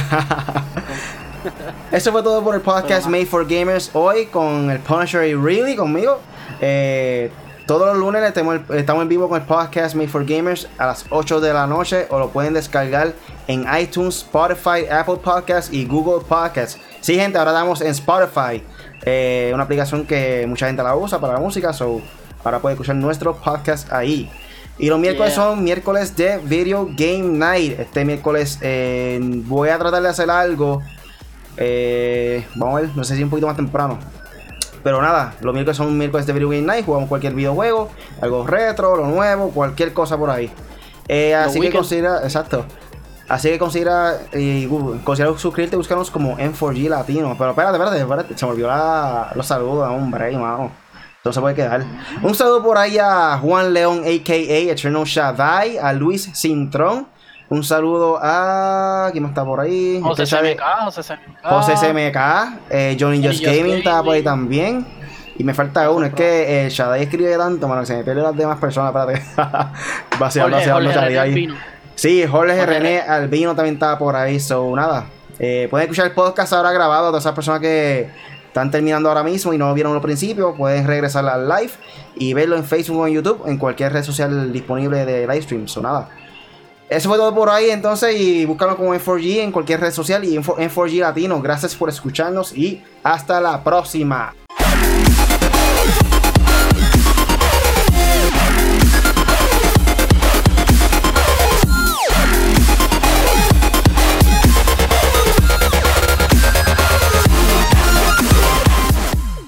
Eso fue todo por el podcast Made for Gamers hoy con el Punisher y Really conmigo. Todos los lunes estamos en vivo con el podcast Made for Gamers a las 8 de la noche, o lo pueden descargar en iTunes, Spotify, Apple Podcasts y Google Podcasts. Sí, gente, ahora estamos en Spotify, una aplicación que mucha gente la usa para la música, so ahora pueden escuchar nuestros podcasts ahí. Y los miércoles son miércoles de Video Game Night. Este miércoles voy a tratar de hacer algo. Vamos a ver, no sé si un poquito más temprano. Pero nada, los miércoles son miércoles de Video Game Night. Jugamos cualquier videojuego, algo retro, lo nuevo, cualquier cosa por ahí. Así que considera, exacto. Así que considera suscribirte y buscarnos como M4G Latino. Pero espérate, se me olvidó los saludos, hombre, mano. Entonces se puede quedar. Un saludo por ahí a Juan León, a.k.a. Eternal Shaddai, a Luis Cintrón. Un saludo a... ¿quién más está por ahí? José CMK. Johnny Just Gaming está por ahí también. Y me falta uno. Es que Shaddai escribe tanto, mano, que se me pierden las demás personas. Espérate. Vaciando ahí. Sí, Jorge René Albino también está por ahí. So, nada. Pueden escuchar el podcast ahora grabado. Todas esas personas que están terminando ahora mismo y no vieron los principios, pueden regresar al live y verlo en Facebook o en YouTube, en cualquier red social disponible de livestream. So, nada. Eso fue todo por ahí, entonces, y búscalo como M4G en cualquier red social y M4G Latino. Gracias por escucharnos y hasta la próxima.